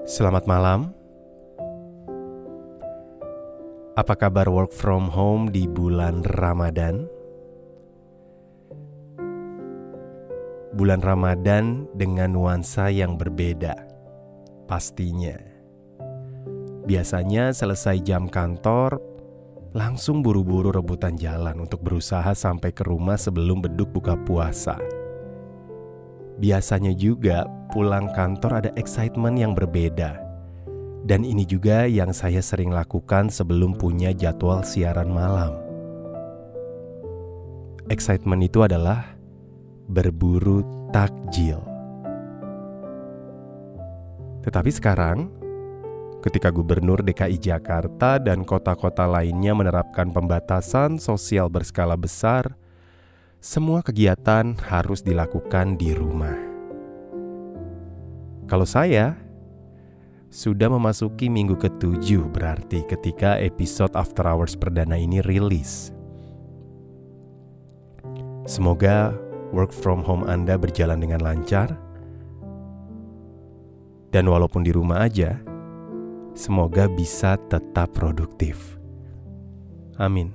Selamat malam. Apa kabar work from home di bulan Ramadan? Bulan Ramadan dengan nuansa yang berbeda, pastinya. Biasanya selesai jam kantor, langsung buru-buru rebutan jalan untuk berusaha sampai ke rumah sebelum beduk buka puasa. Biasanya juga pulang kantor ada excitement yang berbeda. Dan ini juga yang saya sering lakukan sebelum punya jadwal siaran malam. Excitement itu adalah berburu takjil. Tetapi sekarang, ketika Gubernur DKI Jakarta dan kota-kota lainnya menerapkan pembatasan sosial berskala besar, semua kegiatan harus dilakukan di rumah. Kalau saya sudah memasuki minggu ke-7 berarti ketika episode After Hours perdana ini rilis. Semoga work from home Anda berjalan dengan lancar. Dan walaupun di rumah aja, semoga bisa tetap produktif. Amin.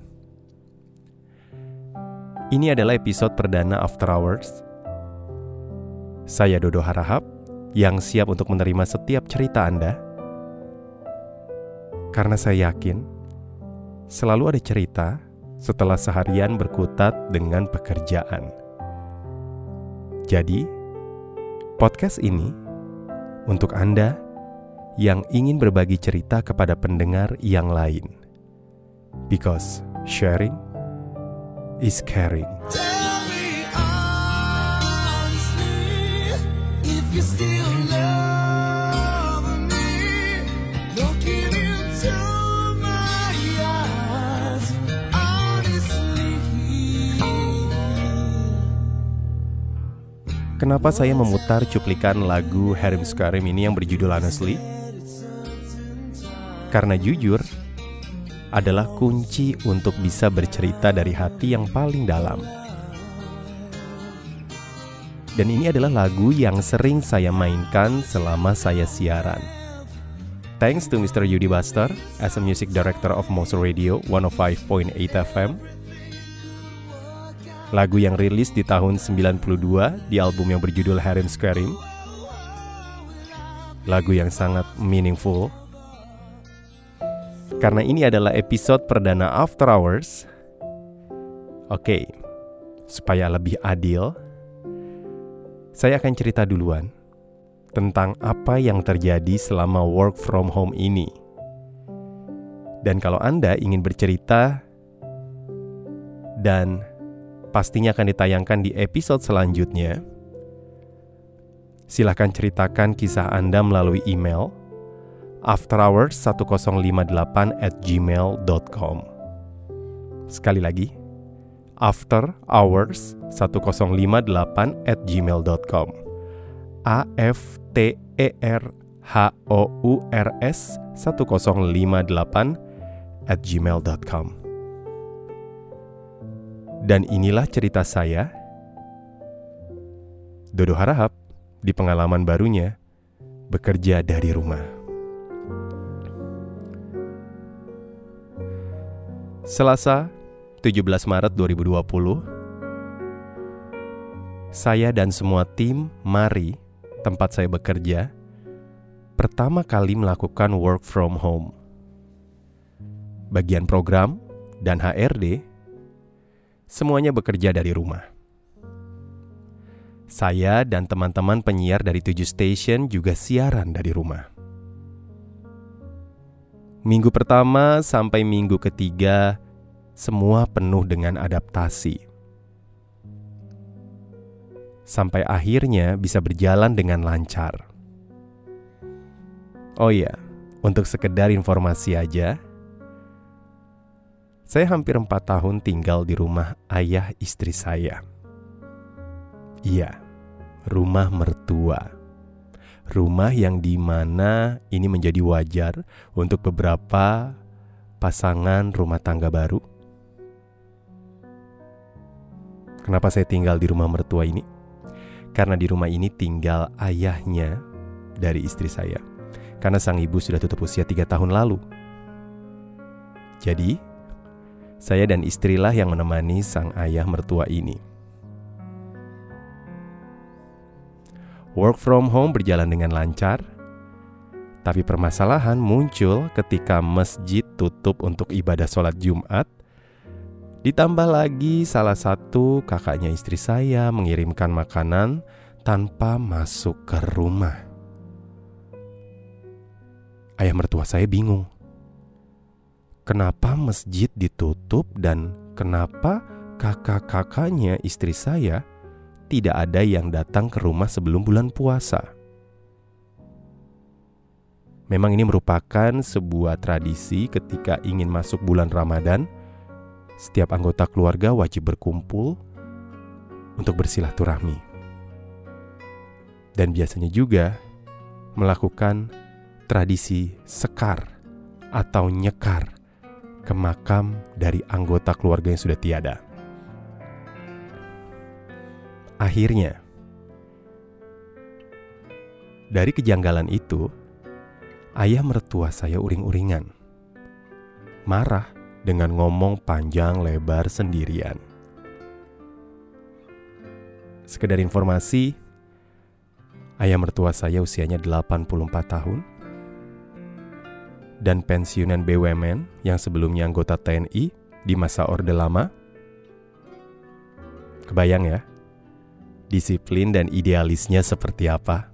Ini adalah episode perdana After Hours. Saya Dodo Harahap, yang siap untuk menerima setiap cerita Anda. Karena saya yakin, selalu ada cerita setelah seharian berkutat dengan pekerjaan. Jadi, podcast ini untuk Anda yang ingin berbagi cerita kepada pendengar yang lain. Because sharing is caring. Tell me honestly, if you still love me, looking into my eyes, honestly. Kenapa saya memutar cuplikan lagu Harim Skarim ini yang berjudul Honestly? Karena jujur adalah kunci untuk bisa bercerita dari hati yang paling dalam. Dan ini adalah lagu yang sering saya mainkan selama saya siaran. Thanks to Mr. Yudi Buster as a music director of Moso Radio 105.8 FM. Lagu yang rilis di tahun 92 di album yang berjudul Harim Skarim. Lagu yang sangat meaningful. Karena ini adalah episode perdana After Hours. Oke, supaya lebih adil, saya akan cerita duluan tentang apa yang terjadi selama work from home ini. Dan kalau Anda ingin bercerita, dan pastinya akan ditayangkan di episode selanjutnya, silakan ceritakan kisah Anda melalui email afterhours1058@gmail.com. Sekali lagi, afterhours1058@gmail.com. afterhours1058@gmail.com. Dan inilah cerita saya, Dodo Harahap, di pengalaman barunya bekerja dari rumah. Selasa, 17 Maret 2020, saya dan semua tim Mari, tempat saya bekerja, pertama kali melakukan work from home. Bagian program dan HRD, semuanya bekerja dari rumah. Saya dan teman-teman penyiar dari 7 stasiun juga siaran dari rumah. Minggu pertama sampai minggu ketiga, semua penuh dengan adaptasi. Sampai akhirnya bisa berjalan dengan lancar. Oh iya, untuk sekedar informasi aja, saya hampir 4 tahun tinggal di rumah ayah istri saya. Iya, rumah mertua. Rumah yang dimana ini menjadi wajar untuk beberapa pasangan rumah tangga baru. Kenapa saya tinggal di rumah mertua ini? Karena di rumah ini tinggal ayahnya dari istri saya. karena sang ibu sudah tutup usia 3 tahun lalu. Jadi, saya dan istrilah yang menemani sang ayah mertua ini. Work from home berjalan dengan lancar, tapi permasalahan muncul ketika masjid tutup untuk ibadah sholat Jumat. Ditambah lagi salah satu kakaknya istri saya mengirimkan makanan tanpa masuk ke rumah. Ayah mertua saya bingung. Kenapa masjid ditutup dan kenapa kakak-kakaknya istri saya tidak ada yang datang ke rumah sebelum bulan puasa? Memang ini merupakan sebuah tradisi ketika ingin masuk bulan Ramadan, setiap anggota keluarga wajib berkumpul untuk bersilaturahmi. Dan biasanya juga melakukan tradisi sekar atau nyekar ke makam dari anggota keluarga yang sudah tiada. Akhirnya, dari kejanggalan itu, ayah mertua saya uring-uringan, marah dengan ngomong panjang lebar sendirian. Sekedar informasi, ayah mertua saya usianya 84 tahun dan pensiunan BUMN yang sebelumnya anggota TNI di masa Orde Lama. Kebayang ya, disiplin dan idealisnya seperti apa?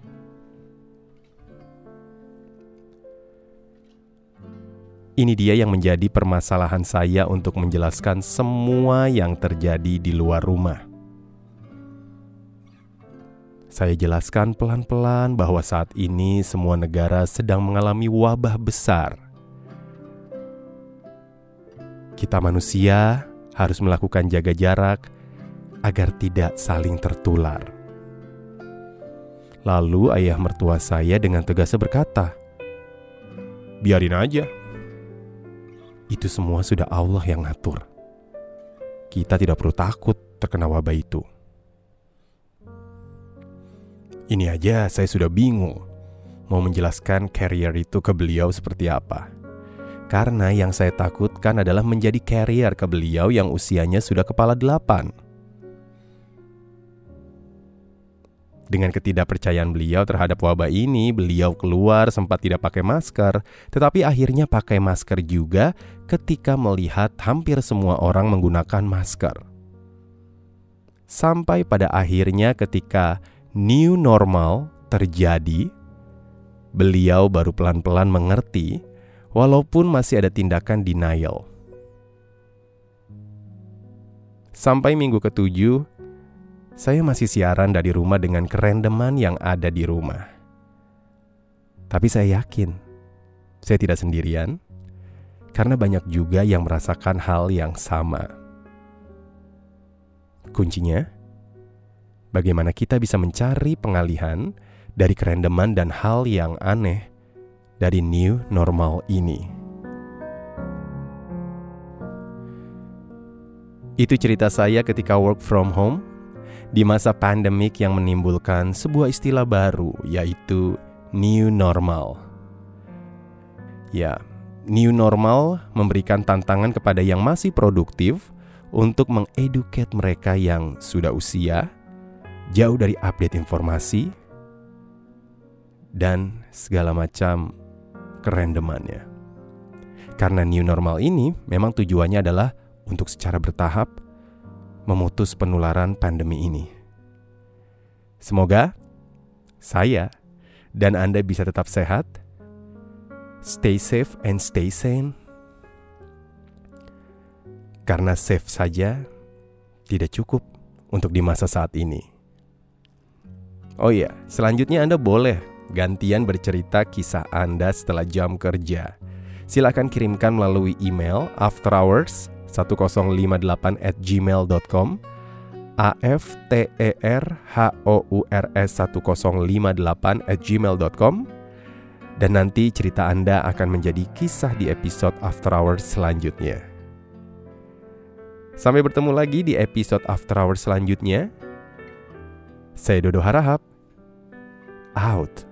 Ini dia yang menjadi permasalahan saya untuk menjelaskan semua yang terjadi di luar rumah. Saya jelaskan pelan-pelan bahwa saat ini semua negara sedang mengalami wabah besar. Kita manusia harus melakukan jaga jarak agar tidak saling tertular. Lalu ayah mertua saya dengan tegas berkata, "Biarin aja. Itu semua sudah Allah yang ngatur. Kita tidak perlu takut terkena wabah itu." Ini aja saya sudah bingung mau menjelaskan carrier itu ke beliau seperti apa. Karena yang saya takutkan adalah menjadi carrier ke beliau yang usianya sudah kepala 8. Dengan ketidakpercayaan beliau terhadap wabah ini, beliau keluar sempat tidak pakai masker, tetapi akhirnya pakai masker juga ketika melihat hampir semua orang menggunakan masker. Sampai pada akhirnya ketika new normal terjadi, beliau baru pelan-pelan mengerti walaupun masih ada tindakan denial. Sampai minggu ke-7, saya masih siaran dari rumah dengan kerendeman yang ada di rumah. Tapi saya yakin saya tidak sendirian, karena banyak juga yang merasakan hal yang sama. Kuncinya, bagaimana kita bisa mencari pengalihan dari kerendeman dan hal yang aneh dari new normal ini. Itu cerita saya ketika work from home di masa pandemik yang menimbulkan sebuah istilah baru, yaitu new normal. Ya, new normal memberikan tantangan kepada yang masih produktif untuk mengeduket mereka yang sudah usia, jauh dari update informasi, dan segala macam kerendemannya. Karena new normal ini memang tujuannya adalah untuk secara bertahap memutus penularan pandemi ini. Semoga saya dan Anda bisa tetap sehat, stay safe and stay sane. Karena safe saja tidak cukup untuk di masa saat ini. Oh iya, selanjutnya Anda boleh gantian bercerita kisah Anda setelah jam kerja. Silakan kirimkan melalui email afterhours1058@gmail.com, afterhours1058@gmail.com, dan nanti cerita Anda akan menjadi kisah di episode After Hours selanjutnya. Sampai bertemu lagi di episode After Hours selanjutnya. Saya Dodo Harahap. Out.